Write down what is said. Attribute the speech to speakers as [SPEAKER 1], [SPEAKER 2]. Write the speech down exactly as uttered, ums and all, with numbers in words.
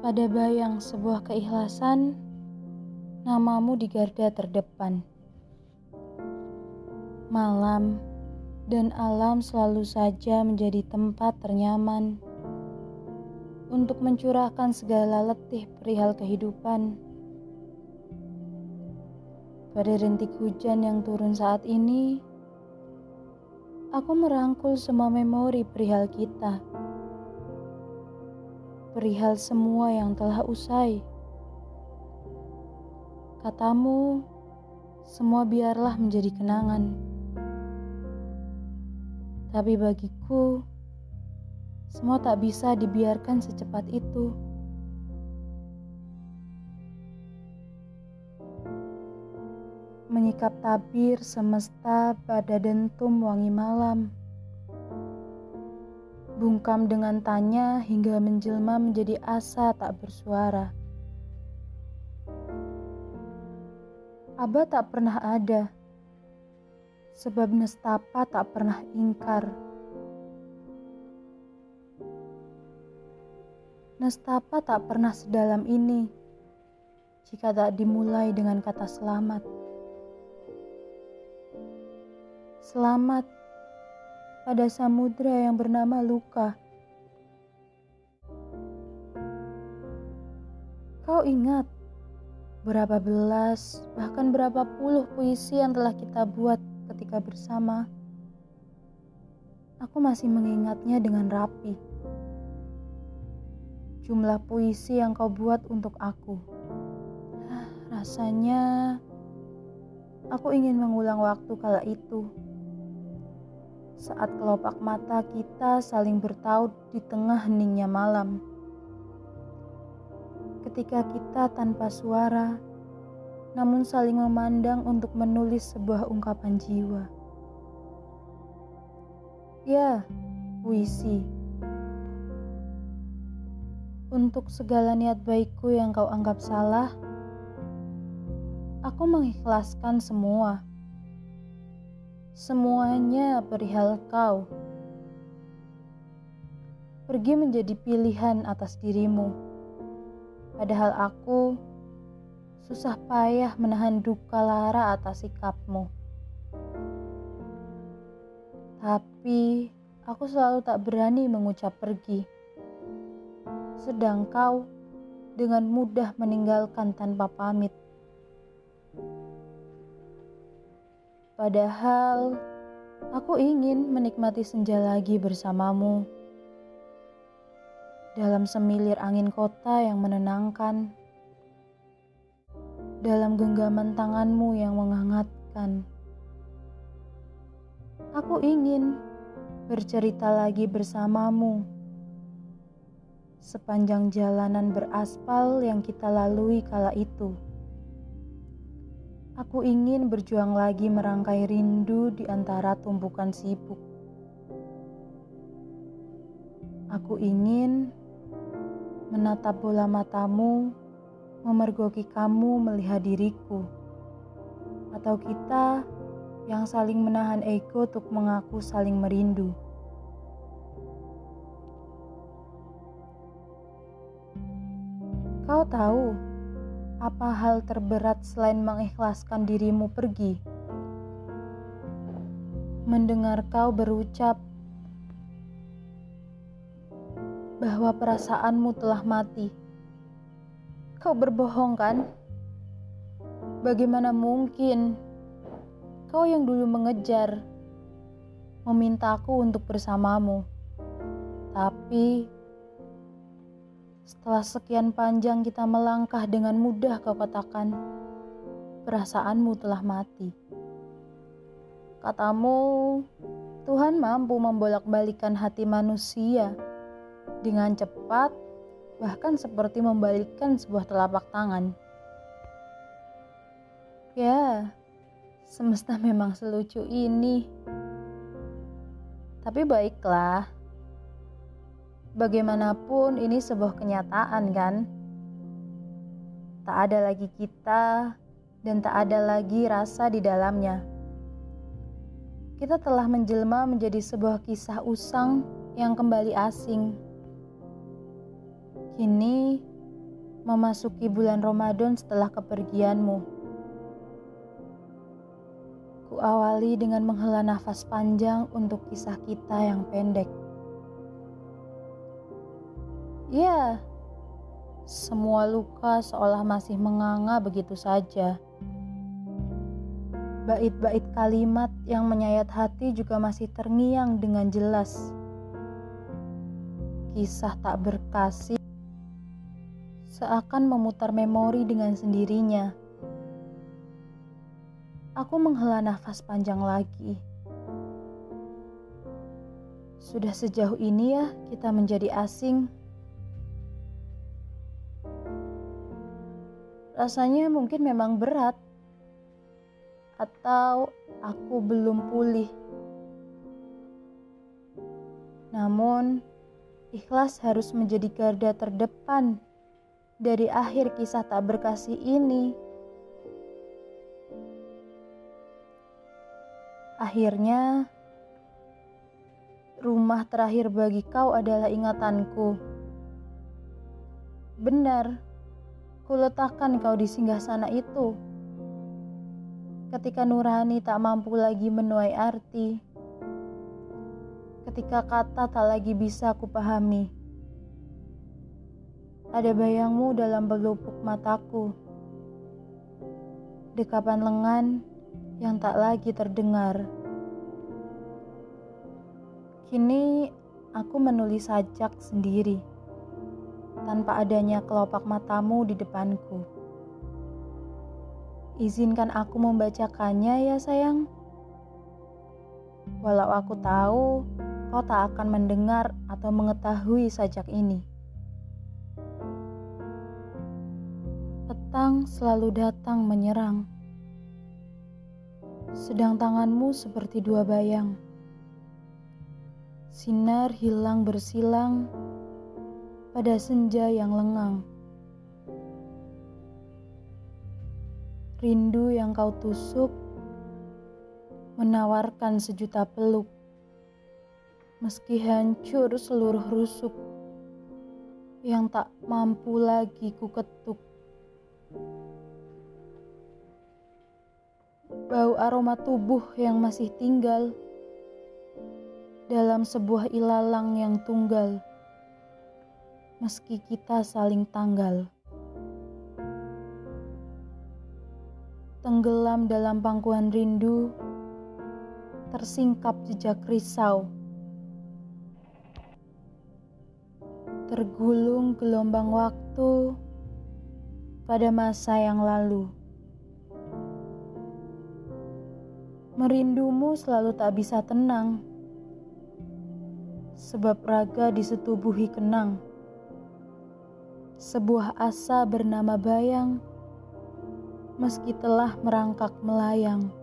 [SPEAKER 1] Pada bayang sebuah keikhlasan, namamu di garda terdepan. Malam dan alam selalu saja menjadi tempat ternyaman untuk mencurahkan segala letih perihal kehidupan. Pada rintik hujan yang turun saat ini, aku merangkul semua memori perihal kita. Perihal semua yang telah usai. Katamu, semua biarlah menjadi kenangan. Tapi bagiku, semua tak bisa dibiarkan secepat itu. Menyikap tabir semesta pada dentum wangi malam. Bungkam dengan tanya hingga menjelma menjadi asa tak bersuara. Aba tak pernah ada, sebab nestapa tak pernah ingkar. Nestapa tak pernah sedalam ini, jika tak dimulai dengan kata selamat. Selamat pada samudra yang bernama luka. Kau ingat berapa belas, bahkan berapa puluh puisi yang telah kita buat ketika bersama? Aku masih mengingatnya dengan rapi. Jumlah puisi yang kau buat untuk aku. Rasanya aku ingin mengulang waktu kala itu. Saat kelopak mata kita saling bertaut di tengah heningnya malam. Ketika kita tanpa suara, namun saling memandang untuk menulis sebuah ungkapan jiwa. Ya, puisi. Untuk segala niat baikku yang kau anggap salah, aku mengikhlaskan semua. Semuanya perihal kau. Pergi menjadi pilihan atas dirimu. Padahal aku susah payah menahan duka lara atas sikapmu. Tapi aku selalu tak berani mengucap pergi. Sedang kau dengan mudah meninggalkan tanpa pamit. Padahal aku ingin menikmati senja lagi bersamamu. Dalam semilir angin kota yang menenangkan. Dalam genggaman tanganmu yang menghangatkan. Aku ingin bercerita lagi bersamamu. Sepanjang jalanan beraspal yang kita lalui kala itu. Aku ingin berjuang lagi merangkai rindu di antara tumpukan sibuk. Aku ingin menatap bola matamu, memergoki kamu melihat diriku. Atau kita yang saling menahan ego untuk mengaku saling merindu. Kau tahu apa hal terberat selain mengikhlaskan dirimu pergi? Mendengar kau berucap bahwa perasaanmu telah mati. Kau berbohong kan? Bagaimana mungkin kau yang dulu mengejar, memintaku untuk bersamamu. Tapi setelah sekian panjang kita melangkah dengan mudah kau katakan, perasaanmu telah mati. Katamu, Tuhan mampu membolak-balikan hati manusia dengan cepat, bahkan seperti membalikkan sebuah telapak tangan. Ya, semesta memang selucu ini. Tapi baiklah. Bagaimanapun ini sebuah kenyataan kan? Tak ada lagi kita dan tak ada lagi rasa di dalamnya. Kita telah menjelma menjadi sebuah kisah usang yang kembali asing. Kini memasuki bulan Ramadan setelah kepergianmu. Ku awali dengan menghela nafas panjang untuk kisah kita yang pendek. Ya, semua luka seolah masih menganga begitu saja. Bait-bait kalimat yang menyayat hati juga masih terngiang dengan jelas. Kisah tak berkasih seakan memutar memori dengan sendirinya. Aku menghela nafas panjang lagi. Sudah sejauh ini ya kita menjadi asing. Rasanya mungkin memang berat. Atau aku belum pulih. Namun, ikhlas harus menjadi garda terdepan dari akhir kisah tak berkasih ini. Akhirnya, rumah terakhir bagi kau adalah ingatanku. Benar, kuletakkan kau di singgasana itu. Ketika nurani tak mampu lagi menuai arti, ketika kata tak lagi bisa kupahami, ada bayangmu dalam pelupuk mataku, dekapan lengan yang tak lagi terdengar. Kini aku menulis sajak sendiri, tanpa adanya kelopak matamu di depanku. Izinkan aku membacakannya ya sayang. Walau aku tahu kau tak akan mendengar atau mengetahui sajak ini. Petang selalu datang menyerang. Sedang tanganmu seperti dua bayang. Sinar hilang bersilang pada senja yang lengang. Rindu yang kau tusuk menawarkan sejuta peluk, meski hancur seluruh rusuk yang tak mampu lagi ku ketuk. Bau aroma tubuh yang masih tinggal dalam sebuah ilalang yang tunggal, meski kita saling tanggal. Tenggelam dalam pangkuan rindu, tersingkap jejak risau. Tergulung gelombang waktu pada masa yang lalu. Merindumu selalu tak bisa tenang, sebab raga disetubuhi kenang. Sebuah asa bernama bayang, meski telah merangkak melayang.